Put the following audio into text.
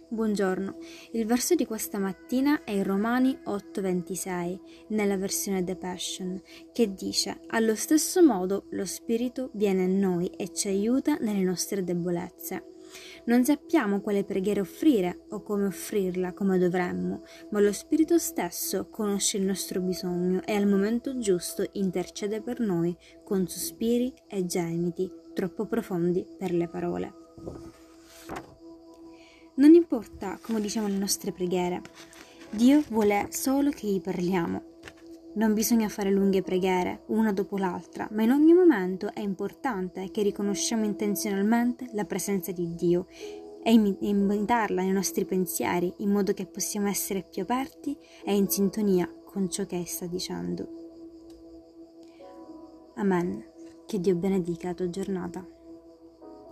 Buongiorno, il verso di questa mattina è in Romani 8:26, nella versione The Passion, che dice: allo stesso modo lo Spirito viene a noi e ci aiuta nelle nostre debolezze. Non sappiamo quale preghiera offrire o come offrirla come dovremmo, ma lo Spirito stesso conosce il nostro bisogno e al momento giusto intercede per noi con sospiri e gemiti troppo profondi per le parole. Non importa come diciamo le nostre preghiere, Dio vuole solo che gli parliamo. Non bisogna fare lunghe preghiere, una dopo l'altra, ma in ogni momento è importante che riconosciamo intenzionalmente la presenza di Dio e invitarla nei nostri pensieri in modo che possiamo essere più aperti e in sintonia con ciò che sta dicendo. Amen. Che Dio benedica la tua giornata.